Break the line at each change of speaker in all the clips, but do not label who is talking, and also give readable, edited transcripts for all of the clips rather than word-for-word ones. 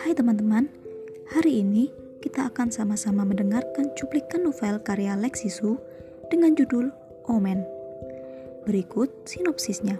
Hai teman-teman, hari ini kita akan sama-sama mendengarkan cuplikan novel karya Lexi Su dengan judul Omen. Berikut sinopsisnya.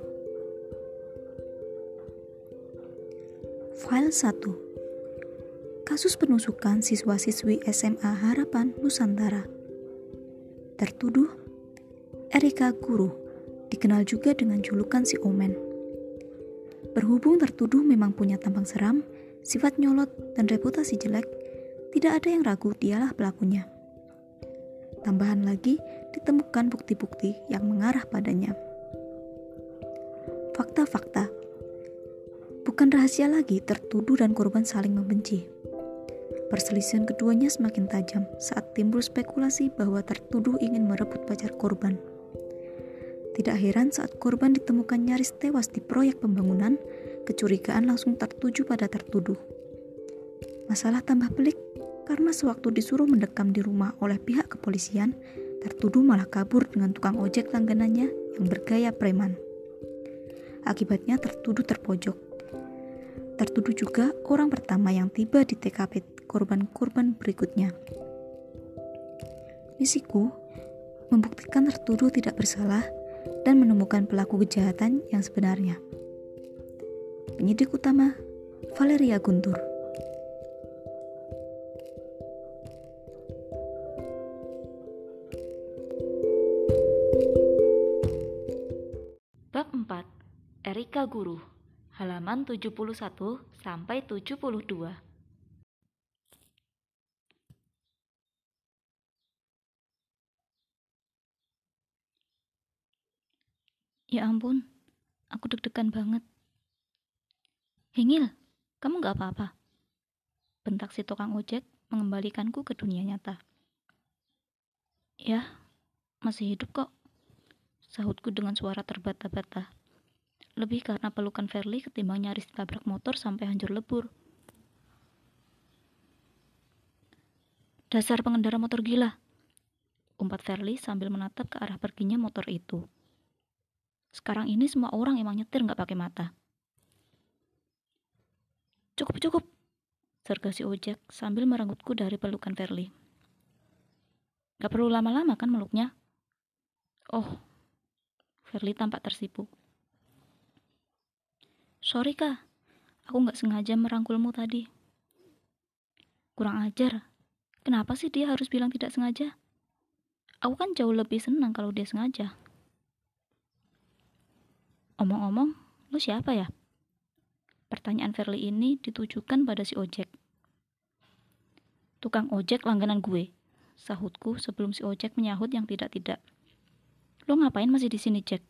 File 1. Kasus penusukan siswa-siswi SMA Harapan Nusantara. Tertuduh Erika Guru, dikenal juga dengan julukan si Omen. Berhubung tertuduh memang punya tampang seram, sifat nyolot, dan reputasi jelek, tidak ada yang ragu dialah pelakunya. Tambahan lagi, ditemukan bukti-bukti yang mengarah padanya. Fakta-fakta. Bukan rahasia lagi tertuduh dan korban saling membenci. Perselisihan keduanya semakin tajam saat timbul spekulasi bahwa tertuduh ingin merebut pacar korban. Tidak heran saat korban ditemukan nyaris tewas di proyek pembangunan, kecurigaan langsung tertuju pada tertuduh. Masalah tambah pelik karena sewaktu disuruh mendekam di rumah oleh pihak kepolisian, tertuduh malah kabur dengan tukang ojek langganannya yang bergaya preman. Akibatnya tertuduh terpojok. Tertuduh juga orang pertama yang tiba di TKP korban-korban berikutnya. Misiku membuktikan tertuduh tidak bersalah dan menemukan pelaku kejahatan yang sebenarnya. Penyidik utama, Valeria Guntur.
Bab 4. Erika Guru. Halaman 71 sampai 72.
Ya ampun, aku deg-degan banget. Hengil, kamu gak apa-apa? Bentak si tukang ojek mengembalikanku ke dunia nyata. Ya, masih hidup kok, sahutku dengan suara terbata-bata. Lebih karena pelukan Verly ketimbang nyaris ditabrak motor sampai hancur lebur. Dasar pengendara motor gila, umpat Verly sambil menatap ke arah perginya motor itu. Sekarang ini semua orang emang nyetir gak pakai mata. Cukup, serga si ojek sambil merenggutku dari pelukan Verly. Gak perlu lama-lama kan meluknya? Oh, Verly tampak tersipu. Sorry kak, aku gak sengaja merangkulmu tadi. Kurang ajar, kenapa sih dia harus bilang tidak sengaja? Aku kan jauh lebih senang kalau dia sengaja. Omong-omong, lu siapa ya? Pertanyaan Verly ini ditujukan pada si ojek. Tukang ojek langganan gue, sahutku sebelum si ojek menyahut yang tidak-tidak. Lo ngapain masih di sini, Jack?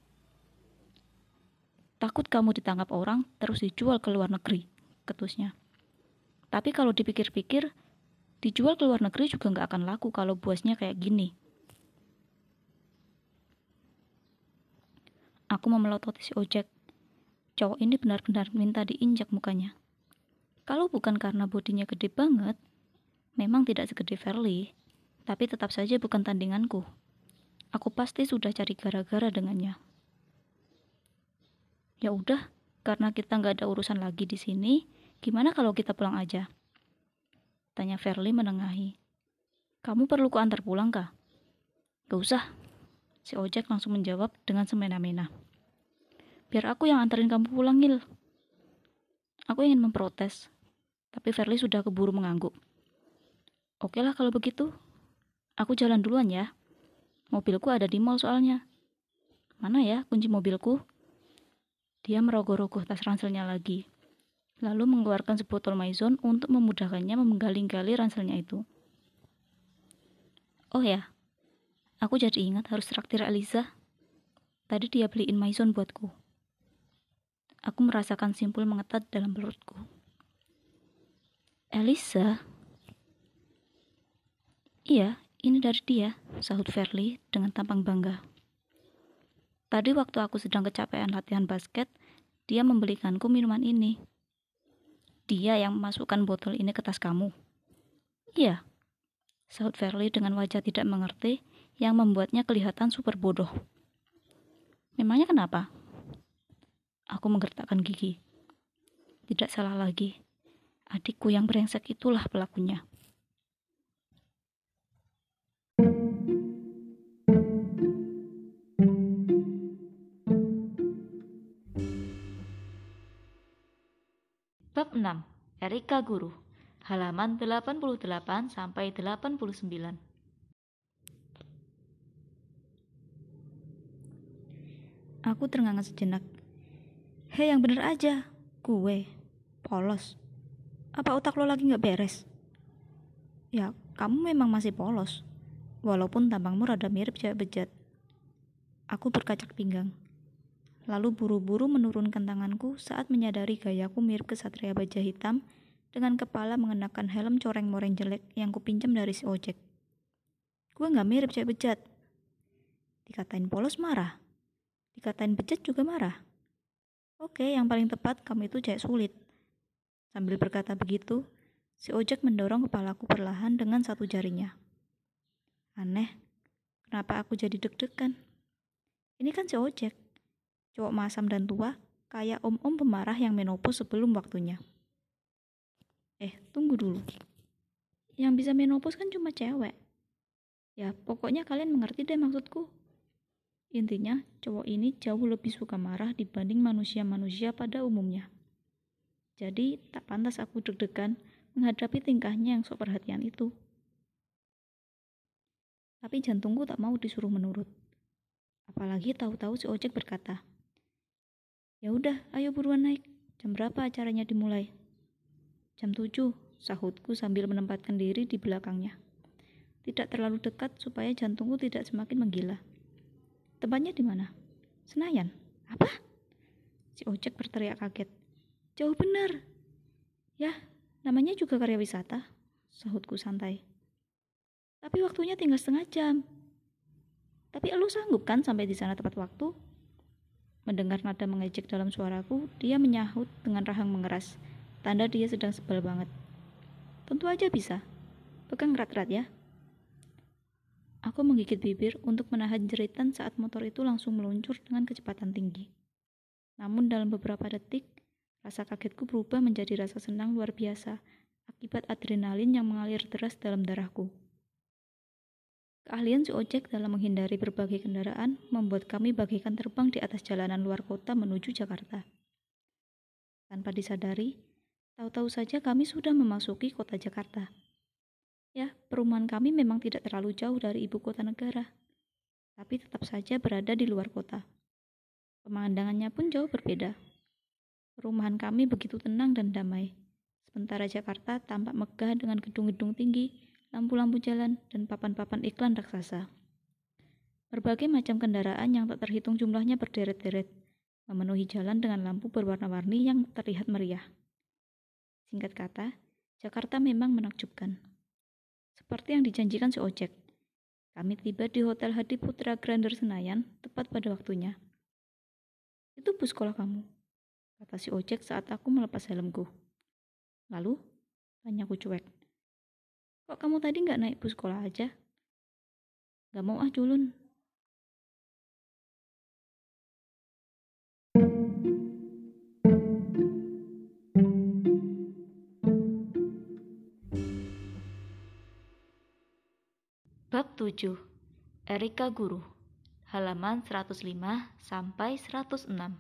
Takut kamu ditangkap orang terus dijual ke luar negeri, ketusnya. Tapi kalau dipikir-pikir, dijual ke luar negeri juga nggak akan laku kalau bosnya kayak gini. Aku memelototi si ojek. Cowok ini benar-benar minta diinjak mukanya. Kalau bukan karena bodinya gede banget, memang tidak segede Verly, tapi tetap saja bukan tandinganku. Aku pasti sudah cari gara-gara dengannya. Ya udah, karena kita nggak ada urusan lagi di sini, gimana kalau kita pulang aja? Tanya Verly menengahi. Kamu perlu kuantar pulang kah? Gak usah. Si ojek langsung menjawab dengan semena-mena. Biar aku yang antarin kamu pulang, Gil. Aku ingin memprotes, tapi Verly sudah keburu mengangguk. Oke lah kalau begitu. Aku jalan duluan ya. Mobilku ada di mall soalnya. Mana ya kunci mobilku? Dia merogoh-rogoh tas ranselnya lagi. Lalu mengeluarkan sebotol maison untuk memudahkannya menggali-gali ranselnya itu. Oh ya, aku jadi ingat harus traktir Eliza. Tadi dia beliin maison buatku. Aku merasakan simpul mengetat dalam perutku. Eliza? Iya, ini dari dia, sahut Verly dengan tampang bangga. Tadi waktu aku sedang kecapean latihan basket, dia membelikanku minuman ini. Dia yang memasukkan botol ini ke tas kamu. Iya, sahut Verly dengan wajah tidak mengerti yang membuatnya kelihatan super bodoh. Memangnya kenapa? Aku menggertakkan gigi. Tidak salah lagi. Adikku yang brengsek itulah pelakunya.
Bab 6. Erika Guru. Halaman 88 sampai 89.
Aku ternganga sejenak. Hei, yang bener aja. Gue polos. Apa otak lo lagi gak beres? Ya, kamu memang masih polos. Walaupun tampangmu rada mirip cewek bejat. Aku berkacak pinggang. Lalu buru-buru menurunkan tanganku saat menyadari gayaku mirip kesatria baja hitam dengan kepala mengenakan helm coreng-moreng jelek yang kupinjam dari si ojek. Gue gak mirip cewek bejat. Dikatain polos marah. Dikatain bejat juga marah. Oke, yang paling tepat kamu itu cewek sulit. Sambil berkata begitu, si ojek mendorong kepalaku perlahan dengan satu jarinya. Aneh, kenapa aku jadi deg-degan? Ini kan si ojek, cowok masam dan tua, kayak om-om pemarah yang menopause sebelum waktunya. Tunggu dulu. Yang bisa menopause kan cuma cewek. Ya, pokoknya kalian mengerti deh maksudku. Intinya, cowok ini jauh lebih suka marah dibanding manusia-manusia pada umumnya. Jadi, tak pantas aku deg-degan menghadapi tingkahnya yang sok perhatian itu. Tapi jantungku tak mau disuruh menurut. Apalagi tahu-tahu si ojek berkata, "Ya udah, ayo buruan naik. Jam berapa acaranya dimulai?" "Jam 7," sahutku sambil menempatkan diri di belakangnya. Tidak terlalu dekat supaya jantungku tidak semakin menggila. "Tempatnya di mana?" "Senayan." "Apa?" Si ojek berteriak kaget. "Jauh benar." "Ya, namanya juga karya wisata," sahutku santai. "Tapi waktunya tinggal setengah jam." "Tapi lu sanggup kan sampai di sana tepat waktu?" Mendengar nada mengejek dalam suaraku, dia menyahut dengan rahang mengeras. Tanda dia sedang sebel banget. "Tentu aja bisa. Pegang erat-erat ya." Aku menggigit bibir untuk menahan jeritan saat motor itu langsung meluncur dengan kecepatan tinggi. Namun dalam beberapa detik, rasa kagetku berubah menjadi rasa senang luar biasa akibat adrenalin yang mengalir deras dalam darahku. Keahlian si ojek dalam menghindari berbagai kendaraan membuat kami bagaikan terbang di atas jalanan luar kota menuju Jakarta. Tanpa disadari, tahu-tahu saja kami sudah memasuki kota Jakarta. Ya, perumahan kami memang tidak terlalu jauh dari ibu kota negara, tapi tetap saja berada di luar kota. Pemandangannya pun jauh berbeda. Perumahan kami begitu tenang dan damai, sementara Jakarta tampak megah dengan gedung-gedung tinggi, lampu-lampu jalan, dan papan-papan iklan raksasa. Berbagai macam kendaraan yang tak terhitung jumlahnya berderet-deret, memenuhi jalan dengan lampu berwarna-warni yang terlihat meriah. Singkat kata, Jakarta memang menakjubkan. Seperti yang dijanjikan si ojek, kami tiba di Hotel Hadi Putra Grander Senayan tepat pada waktunya. "Itu bus sekolah kamu?" kata si ojek saat aku melepas helmku. "Lalu?" tanyaku cuek. "Kok kamu tadi nggak naik bus sekolah aja?" "Nggak mau ah, culun."
Bab 7. Erika Guru. Halaman 105 sampai 106.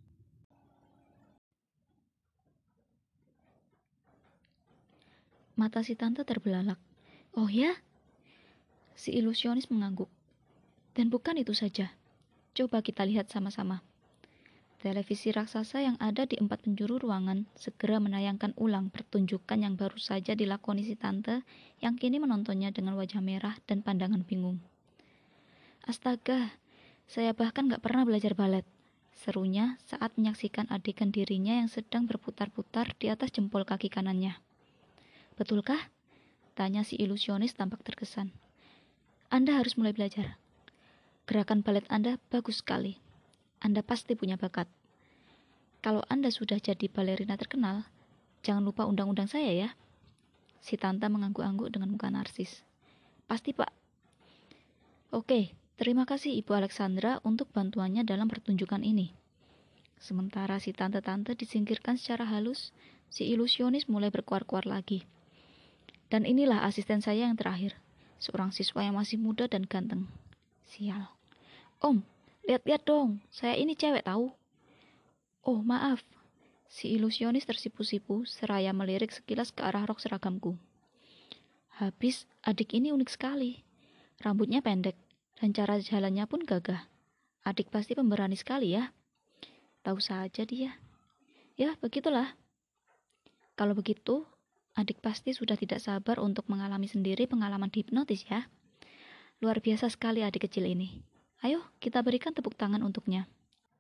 Mata si tante terbelalak. "Oh ya?" Si ilusionis mengangguk. "Dan bukan itu saja. Coba kita lihat sama-sama." Televisi raksasa yang ada di 4 penjuru ruangan segera menayangkan ulang pertunjukan yang baru saja dilakoni si tante yang kini menontonnya dengan wajah merah dan pandangan bingung. "Astaga, saya bahkan gak pernah belajar balet," serunya saat menyaksikan adegan dirinya yang sedang berputar-putar di atas jempol kaki kanannya. "Betulkah?" tanya si ilusionis tampak terkesan. "Anda harus mulai belajar. Gerakan balet Anda bagus sekali. Anda pasti punya bakat. Kalau Anda sudah jadi balerina terkenal, jangan lupa undang-undang saya ya." Si tante mengangguk-angguk dengan muka narsis. "Pasti, Pak." "Oke, terima kasih Ibu Alexandra untuk bantuannya dalam pertunjukan ini." Sementara si tante-tante disingkirkan secara halus, Si ilusionis mulai berkuar-kuar lagi. Dan inilah asisten saya yang terakhir, seorang siswa yang masih muda dan ganteng. Sial. Om, lihat-lihat dong, saya ini cewek tahu. Oh, maaf. Si ilusionis tersipu-sipu seraya melirik sekilas ke arah rok seragamku. Habis, adik ini unik sekali. Rambutnya pendek, dan cara jalannya pun gagah. Adik pasti pemberani sekali ya. Tahu saja dia. Ya, begitulah. Kalau begitu, adik pasti sudah tidak sabar untuk mengalami sendiri pengalaman hipnotis ya. Luar biasa sekali adik kecil ini. Ayo, kita berikan tepuk tangan untuknya.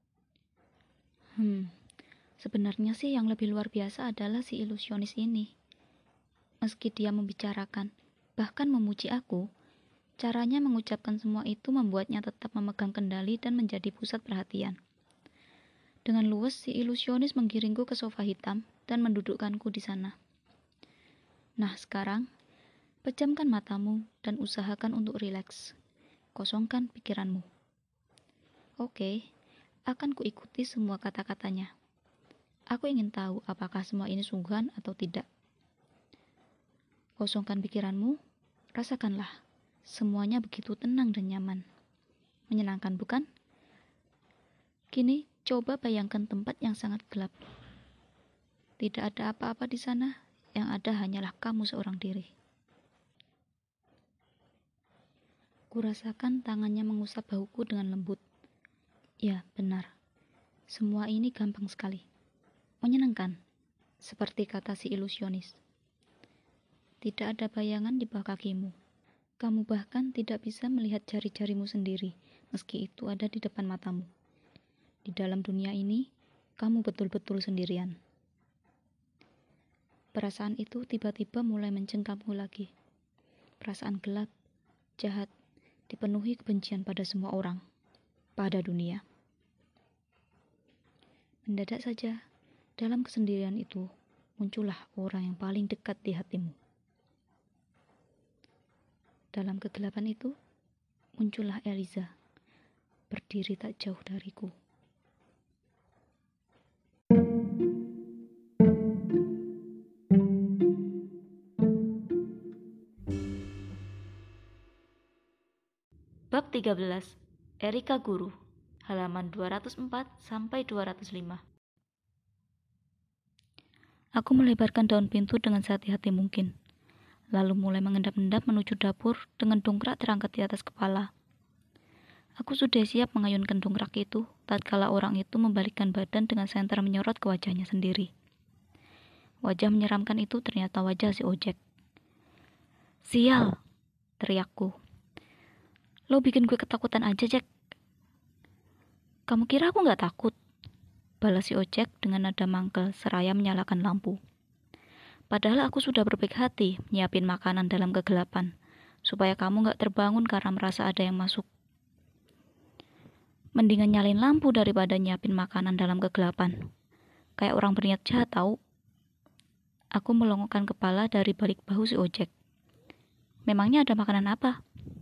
Sebenarnya sih yang lebih luar biasa adalah si ilusionis ini. Meski dia membicarakan, bahkan memuji aku, caranya mengucapkan semua itu membuatnya tetap memegang kendali dan menjadi pusat perhatian. Dengan luwes, si ilusionis menggiringku ke sofa hitam dan mendudukkanku di sana. Nah, sekarang, pejamkan matamu dan usahakan untuk rileks. Kosongkan pikiranmu. Oke, akan kuikuti semua kata-katanya. Aku ingin tahu apakah semua ini sungguhan atau tidak. Kosongkan pikiranmu, rasakanlah. Semuanya begitu tenang dan nyaman. Menyenangkan, bukan? Kini, coba bayangkan tempat yang sangat gelap. Tidak ada apa-apa di sana, yang ada hanyalah kamu seorang diri. Kurasakan tangannya mengusap bahuku dengan lembut. Ya, benar. Semua ini gampang sekali. Menyenangkan, seperti kata si ilusionis. Tidak ada bayangan di bawah kakimu. Kamu bahkan tidak bisa melihat jari-jarimu sendiri, meski itu ada di depan matamu. Di dalam dunia ini, kamu betul-betul sendirian. Perasaan itu tiba-tiba mulai mencengkamku lagi. Perasaan gelap, jahat, dipenuhi kebencian pada semua orang, pada dunia. Mendadak saja, dalam kesendirian itu, muncullah orang yang paling dekat di hatimu. Dalam kegelapan itu, muncullah Eliza, berdiri tak jauh dariku.
Bab 13. Erika Guru. Halaman 204 sampai 205.
Aku melebarkan daun pintu dengan sehati-hati mungkin, lalu mulai mengendap-endap menuju dapur dengan dongkrak terangkat di atas kepala. Aku sudah siap mengayunkan dongkrak itu, tatkala orang itu membalikkan badan dengan senter menyorot ke wajahnya sendiri. Wajah menyeramkan itu ternyata wajah si ojek. Sial, teriakku. Lo bikin gue ketakutan aja, Jack. Kamu kira aku gak takut? Balas si ojek dengan nada mangkel seraya menyalakan lampu. Padahal aku sudah berbaik hati nyiapin makanan dalam kegelapan, supaya kamu gak terbangun karena merasa ada yang masuk. Mendingan nyalain lampu daripada nyiapin makanan dalam kegelapan. Kayak orang berniat jahat tahu. Aku melongokkan kepala dari balik bahu si ojek. Memangnya ada makanan apa?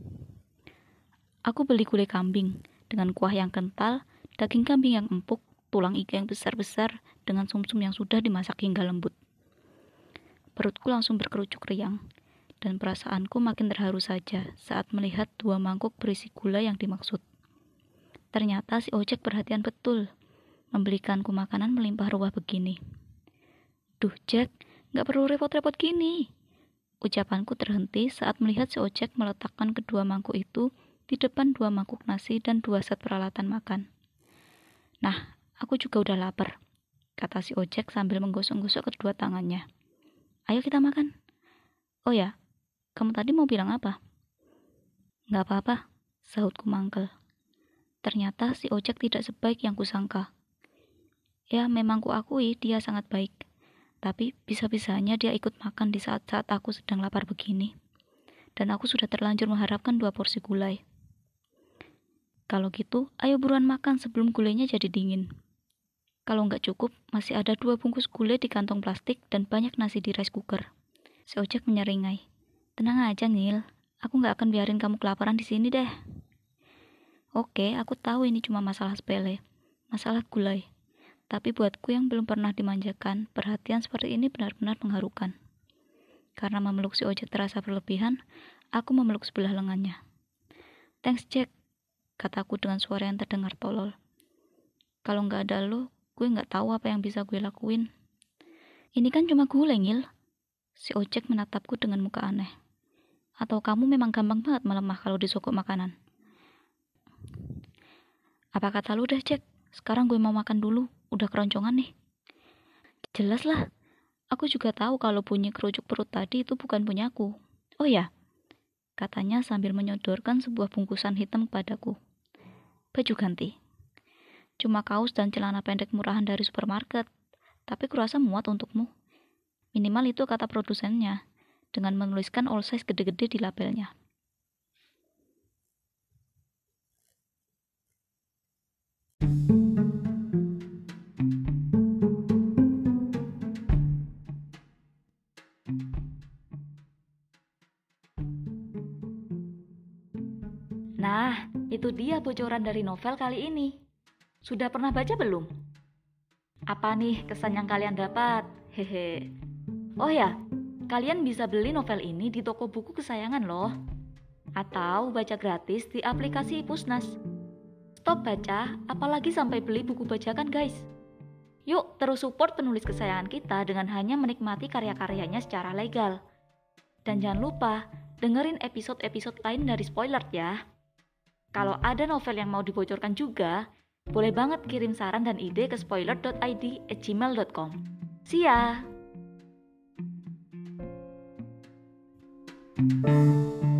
Aku beli gulai kambing dengan kuah yang kental, daging kambing yang empuk, tulang iga yang besar-besar dengan sumsum yang sudah dimasak hingga lembut. Perutku langsung berkerucuk riang, dan perasaanku makin terharu saja saat melihat 2 mangkuk berisi gula yang dimaksud. Ternyata si ojek perhatian betul, membelikanku makanan melimpah ruah begini. Duh Jack, gak perlu repot-repot gini. Ucapanku terhenti saat melihat si ojek meletakkan kedua mangkuk itu di depan 2 mangkuk nasi dan 2 set peralatan makan. Nah, aku juga udah lapar, kata si ojek sambil menggosok-gosok kedua tangannya. Ayo kita makan. Oh ya, kamu tadi mau bilang apa? Gak apa-apa, sahutku mangkel. Ternyata si ojek tidak sebaik yang kusangka. Ya, memang kuakui dia sangat baik. Tapi bisa-bisanya dia ikut makan di saat-saat aku sedang lapar begini. Dan aku sudah terlanjur mengharapkan 2 porsi gulai. Kalau gitu, ayo buruan makan sebelum gulainya jadi dingin. Kalau nggak cukup, masih ada 2 bungkus gulai di kantong plastik dan banyak nasi di rice cooker. Si ojek menyeringai. Tenang aja, Nil. Aku nggak akan biarin kamu kelaparan di sini deh. Oke, aku tahu ini cuma masalah sepele. Masalah gulai. Tapi buatku yang belum pernah dimanjakan, perhatian seperti ini benar-benar mengharukan. Karena memeluk si Ojek terasa berlebihan, aku memeluk sebelah lengannya. "Thanks Jack," kataku dengan suara yang terdengar tolol. "Kalau nggak ada lo, gue nggak tahu apa yang bisa gue lakuin." "Ini kan cuma gulai, Ngil." Si Ojek menatapku dengan muka aneh. "Atau kamu memang gampang banget melemah kalau disogok makanan?" "Apa kata lu deh, Jack? Sekarang gue mau makan dulu, udah keroncongan nih." "Jelas lah, aku juga tahu kalau bunyi kerucuk perut tadi itu bukan punyaku. Oh ya," katanya sambil menyodorkan sebuah bungkusan hitam kepadaku. "Baju ganti. Cuma kaos dan celana pendek murahan dari supermarket, tapi kurasa muat untukmu. Minimal itu kata produsennya, dengan menuliskan all size gede-gede di labelnya."
Nah, itu dia bocoran dari novel kali ini. Sudah pernah baca belum? Apa nih kesan yang kalian dapat? Hehe. Oh ya, kalian bisa beli novel ini di toko buku kesayangan loh. Atau baca gratis di aplikasi Pusnas. Stop baca, apalagi sampai beli buku bajakan guys. Yuk terus support penulis kesayangan kita dengan hanya menikmati karya-karyanya secara legal. Dan jangan lupa, dengerin episode-episode lain dari Spoiler ya. Kalau ada novel yang mau dibocorkan juga, boleh banget kirim saran dan ide ke spoiler.id@gmail.com. See ya!